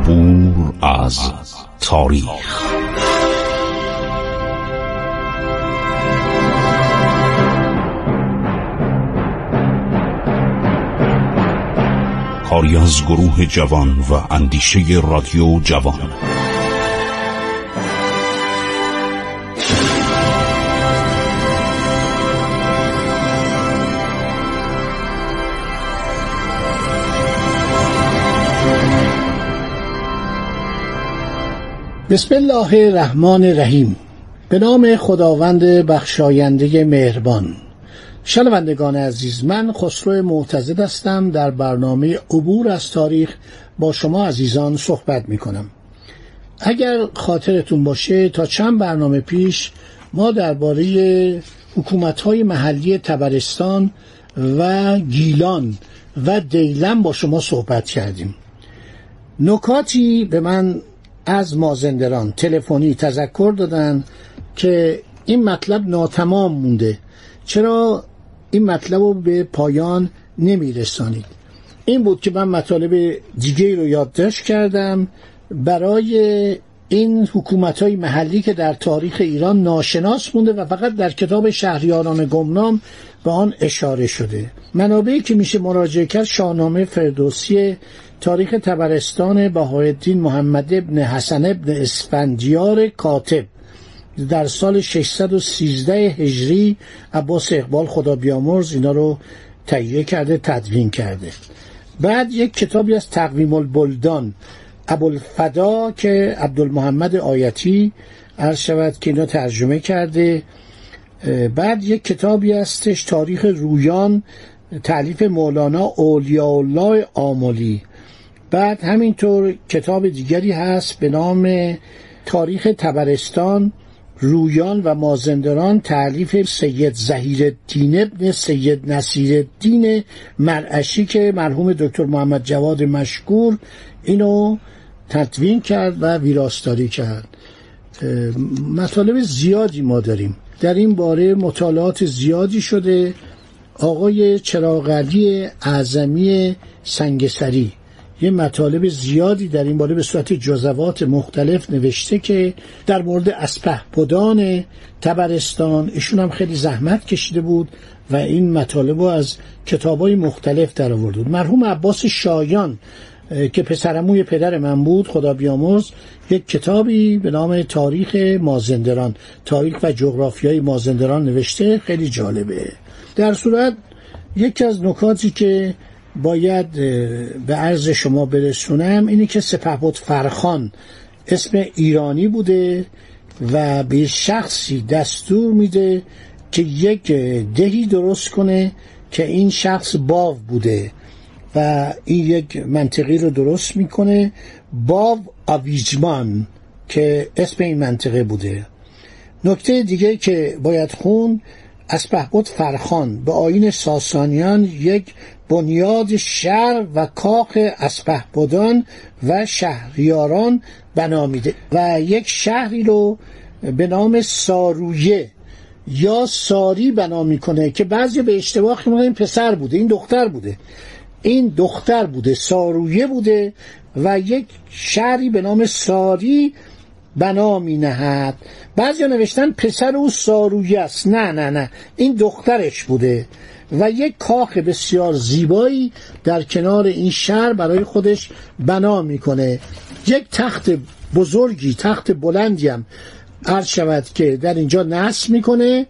عبور از تاریخ. کاری از گروه جوان و اندیشه رادیو جوان. بسم الله الرحمن الرحیم. به نام خداوند بخشاینده مهربان. شنوندگان عزیز، من خسرو معتضد هستم. در برنامه عبور از تاریخ با شما عزیزان صحبت می کنم. اگر خاطرتون باشه تا چند برنامه پیش ما درباره حکومت‌های محلی طبرستان و گیلان و دیلم با شما صحبت کردیم. نکاتی به من از مازندران تلفنی تذکر دادن که این مطلب ناتمام مونده، چرا این مطلب رو به پایان نمی رسانید. این بود که من مطالب دیگه رو یادداشت کردم برای این حکومت‌های محلی که در تاریخ ایران ناشناس مونده و فقط در کتاب شهریاران گمنام به آن اشاره شده. منابعی که میشه مراجعه کرد: شاهنامه فردوسی، تاریخ طبرستان بهاءالدین محمد ابن حسن ابن اسفندیار کاتب در سال 613 هجری، عباس اقبال خدا بیامرز اینا رو تهیه کرده، تدوین کرده. بعد یک کتابی از تقویم البلدان ابوالفدا که عبدالمحمد آیتی عرض شود که اینا ترجمه کرده. بعد یک کتابی هستش تاریخ رویان تألیف مولانا اولیاء الله آملی. بعد همینطور کتاب دیگری هست به نام تاریخ طبرستان، رویان و مازندران تألیف سید ظهیرالدین ابن سید نصیرالدین مرعشی که مرحوم دکتر محمد جواد مشکور اینو تدوین کرد و ویراستاری کرد. مطالب زیادی ما داریم در این باره، مطالعات زیادی شده. آقای چراغعلی اعظمی سنگسری یه مطالب زیادی در این باره به صورت جزوات مختلف نوشته که در مورد اسپهبدان طبرستان ایشون هم خیلی زحمت کشیده بود و این مطالب رو از کتابای مختلف در آورده بود. مرحوم عباس شایان که پسرعموی پدر من بود خدا بیامرز یک کتابی به نام تاریخ مازندران، تاریخ و جغرافیای مازندران نوشته، خیلی جالبه. در صورت یکی از نکاتی که باید به عرض شما برسونم اینی که سپهبد فرخان اسم ایرانی بوده و به شخصی دستور میده که یک دهی درست کنه که این شخص باو بوده و این یک منطقی رو درست میکنه، باو آویجمان که اسم این منطقه بوده. نکته دیگه که باید خون، اسپهبد فرخان به آیین ساسانیان یک بنیاد شهر و کاخ اسپهبدان و شهریاران بنا میده و یک شهری رو به نام سارویه یا ساری بنا میکنه که بعضی به اشتباه میگن این پسر بوده، این دختر بوده. این دختر بوده، سارویه بوده و یک شهری به نام ساری بنا می نهد. بعضی نوشتن پسر او سارویه است. نه، این دخترش بوده و یک کاخ بسیار زیبایی در کنار این شهر برای خودش بنا میکنه. یک تخت بزرگی، تخت بلندی هم عرض شود که در اینجا نصب میکنه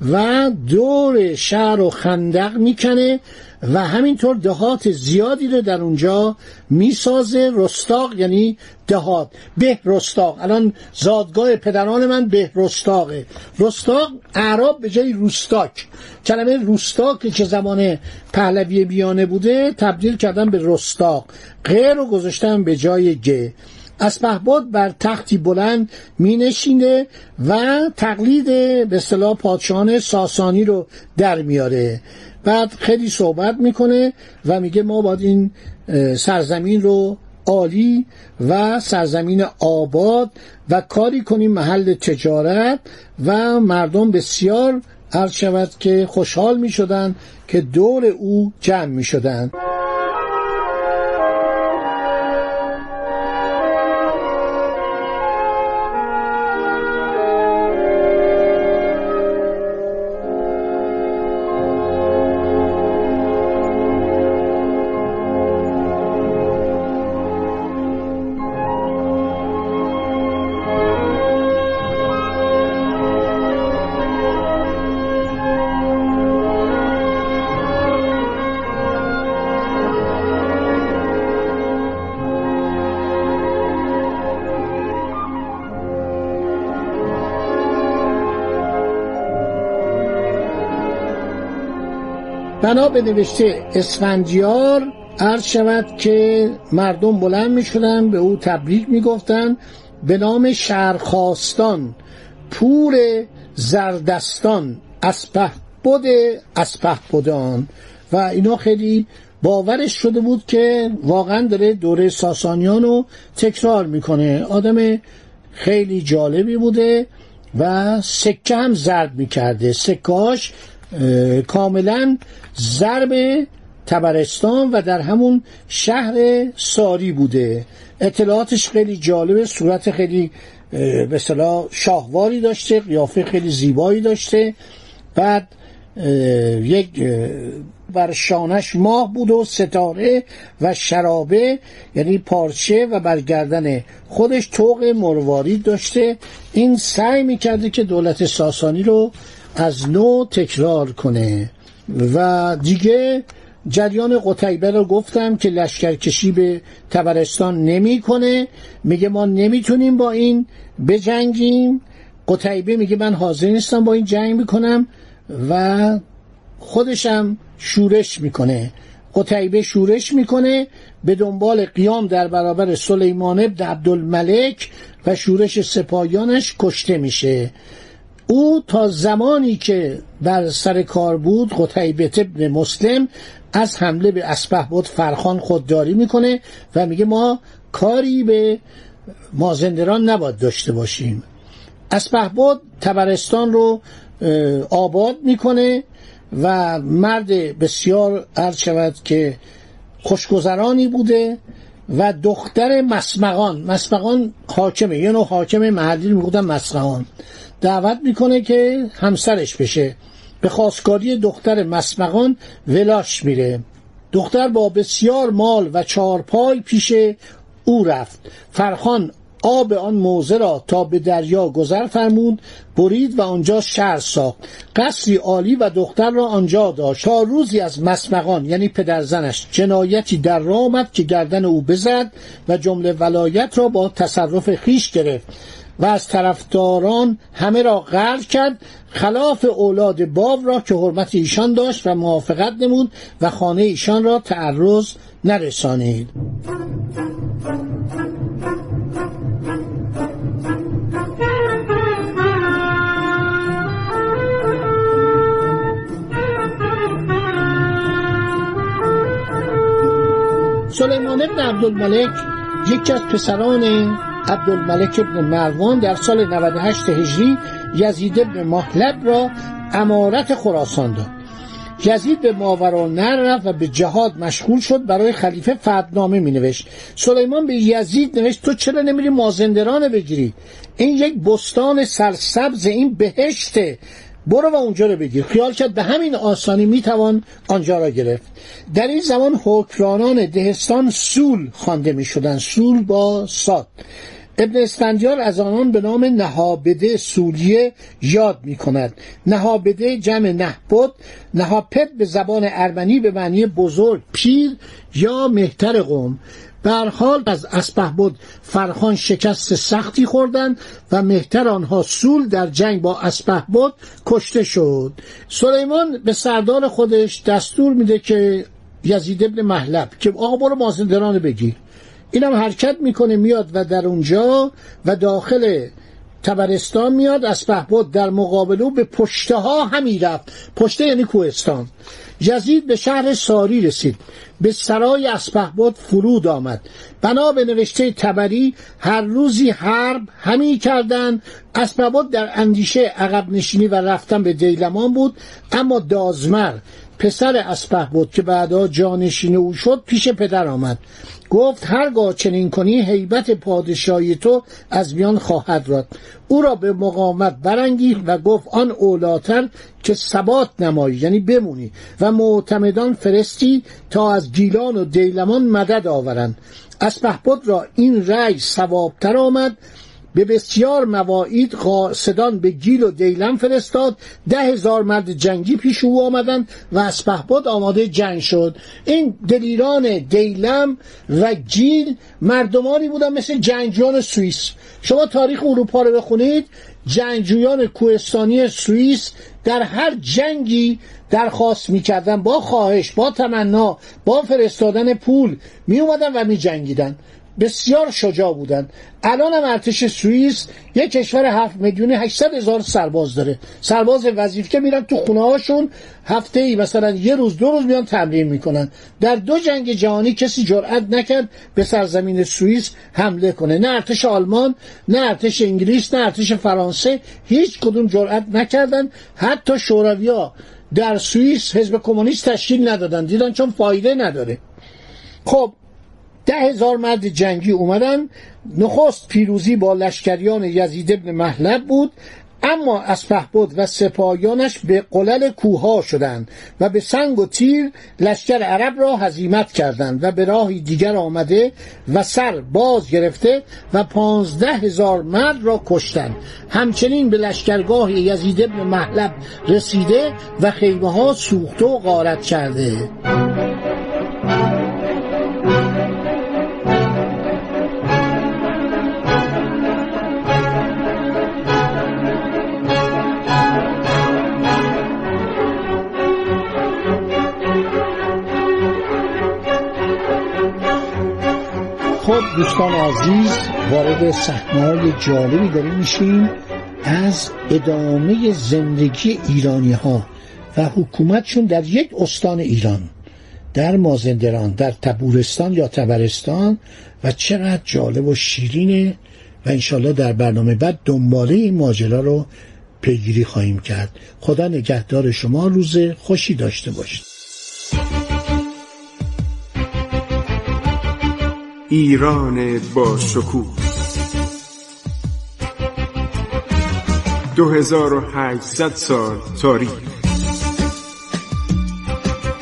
و دور شهر رو خندق میکنه و همینطور دهات زیادی رو در اونجا میسازه. رستاق یعنی دهات، به رستاق، الان زادگاه پدران من به رستاقه. رستاق اعراب به جای روستاک، کلمه روستاک که زمان پهلوی بیانه بوده تبدیل کردن به رستاق، غیر رو گذاشتن به جای گ. اسپهبد بر تختی بلند می نشینه و تقلید به اصطلاح پادشاهان ساسانی رو در میاره. بعد خیلی صحبت میکنه و میگه ما باید این سرزمین رو عالی و سرزمین آباد و کاری کنیم محل تجارت و مردم بسیار عرض شود که خوشحال میشدن که دور او جمع میشدن. بنا به نوشته اسفندیار عرض شود که مردم بلند می شدن به او تبریک می گفتن به نام شهرخواستان، پور زردستان، اسپهبدان و اینا خیلی باورش شده بود که واقعا داره دوره ساسانیان رو تکرار میکنه. آدم خیلی جالبی بوده و سکه هم ضرب میکرده، سکهاش کاملا ضرب طبرستان و در همون شهر ساری بوده. اطلاعاتش خیلی جالبه، صورت خیلی به اصطلاح شاهواری داشته، قیافه خیلی زیبایی داشته. بعد یک بر شانش ماه بود و ستاره و شرابه یعنی پارچه و بر گردن خودش طوق مروارید داشته. این سعی میکرده که دولت ساسانی رو از نو تکرار کنه. و دیگه جریان قتیبه رو گفتم که لشکرکشی به طبرستان نمی کنه، میگه ما نمیتونیم با این بجنگیم. قتیبه میگه من حاضر نیستم با این جنگ بکنم و خودشم شورش میکنه. قتیبه شورش میکنه به دنبال قیام در برابر سلیمان ابن عبدالملک و شورش سپاهیانش کشته میشه. او تا زمانی که بر سر کار بود قتیبه ابن مسلم از حمله به اسپهبد فرخان خودداری میکنه و میگه ما کاری به مازندران نباید داشته باشیم. اسپهبد طبرستان رو آباد میکنه و مرد بسیار عرض شود که خوشگذرانی بوده و دختر مسمقان حاکمه، یه نوع حاکم محلی میگفتن مسمقان، دعوت میکنه که همسرش بشه. به خواستگاری دختر مسمقان ولاش میره. دختر با بسیار مال و چارپای پیش او رفت. فرخان آب آن موزه را تا به دریا گذر فرمود، برید و آنجا شهر ساخت، قصری عالی و دختر را آنجا داشت. تا روزی از مسمقان یعنی پدرزنش جنایتی در راه آمد که گردن او بزد و جمله ولایت را با تصرف خیش گرفت و از طرفداران همه را غرق کرد، خلاف اولاد باب را که حرمت ایشان داشت و موافقت نمود و خانه ایشان را تعرض نرسانید. سلیمان ابن عبدالملک یکی از پسران عبدالملک ابن مروان در سال 98 هجری یزید ابن محلب را امارت خراسان داد. یزید به ماوراءالنهر رفت و به جهاد مشغول شد. برای خلیفه فتحنامه می نوشت. سلیمان به یزید نوشت تو چرا نمیری مازندران بگیری؟ این یک بستان سرسبز، این بهشته، برو و اونجا رو بگیر. خیال کرد به همین آسانی میتوان آنجا را گرفت. در این زمان حکمرانان دهستان سول خوانده میشدند، سول با صاد. ابن اسفندیار از آنان به نام نهابده سولیه یاد می کند. نهابده جمع نهبد، نهاپد به زبان ارمنی به معنی بزرگ، پیر یا مهتر قوم. به هر حال از اسپهبد فرخان شکست سختی خوردند و مهتر آنها سول در جنگ با اسپهبد کشته شد. سلیمان به سردار خودش دستور میده که یزید ابن محلب که آقا برو مازندران بگیر. اینم حرکت میکنه میاد و در اونجا و داخل طبرستان میاد. اسپهبد در مقابل به پشته ها همی رفت. پشته یعنی کوهستان. یزید به شهر ساری رسید، به سرای اسپهبد فرود آمد. بنا به نوشته طبری هر روزی حرب همی کردند. اسپهبد در اندیشه عقب نشینی و رفتن به دیلمان بود، اما دازمر پسر اسپهبد که بعدا جانشین او شد پیش پدر آمد. گفت هرگاه چنین کنی هیبت پادشاهی تو از میان خواهد رفت. او را به مقاومت برانگیخت و گفت آن اولاتر که ثبات نمایی یعنی بمونی و معتمدان فرستی تا از گیلان و دیلمان مدد آورند. اسپهبد را این رأی صوابتر آمد. به بسیار مواعید قاصدان به گیل و دیلم فرستاد. 10,000 مرد جنگی پیش او آمدند و اسپهبد آماده جنگ شد. این دلیران دیلم و گیل مردمانی بودن مثل جنگجویان سوئیس. شما تاریخ اروپا رو بخونید، جنگجویان کوهستانی سوئیس در هر جنگی درخواست میکردن، با خواهش، با تمنا، با فرستادن پول می اومدن و می جنگیدن. بسیار شجاع بودن. الان هم ارتش سوئیس یک کشور 7,800,000 سرباز داره. سرباز وظیفه که میرن تو خونه هاشون هفته‌ای مثلا 1 روز 2 روز میان تمرین میکنن. در 2 جنگ جهانی کسی جرئت نکرد به سرزمین سوئیس حمله کنه. نه ارتش آلمان، نه ارتش انگلیس، نه ارتش فرانسه، هیچ کدوم جرئت نکردن. حتی شوروی‌ها در سوئیس حزب کمونیست تشکیل ندادن، دیدن چون فایده نداره. خب 10,000 مرد جنگی اومدن. نخست پیروزی با لشکریان یزید بن محلب بود، اما اسپهبد و سپاهیانش به قلل کوه‌ها شدند و به سنگ و تیر لشکر عرب را هزیمت کردند و به راهی دیگر آمده و سر باز گرفته و 15,000 مرد را کشتند. همچنین به لشکرگاه یزید بن محلب رسیده و خیمه‌ها سوخته و غارت کرده. خب دوستان عزیز، وارد صحنه‌های جالبی داریم میشیم از ادامه زندگی ایرانی‌ها و حکومتشون در یک استان ایران، در مازندران، در تبورستان یا تبرستان، و چقدر جالب و شیرینه و انشالله در برنامه بعد دنباله این ماجرا رو پیگیری خواهیم کرد. خدا نگهدار شما، روز خوشی داشته باشید. ایران با شکوه 2800 سال تاریخ.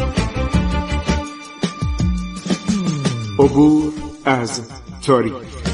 عبور از تاریخ.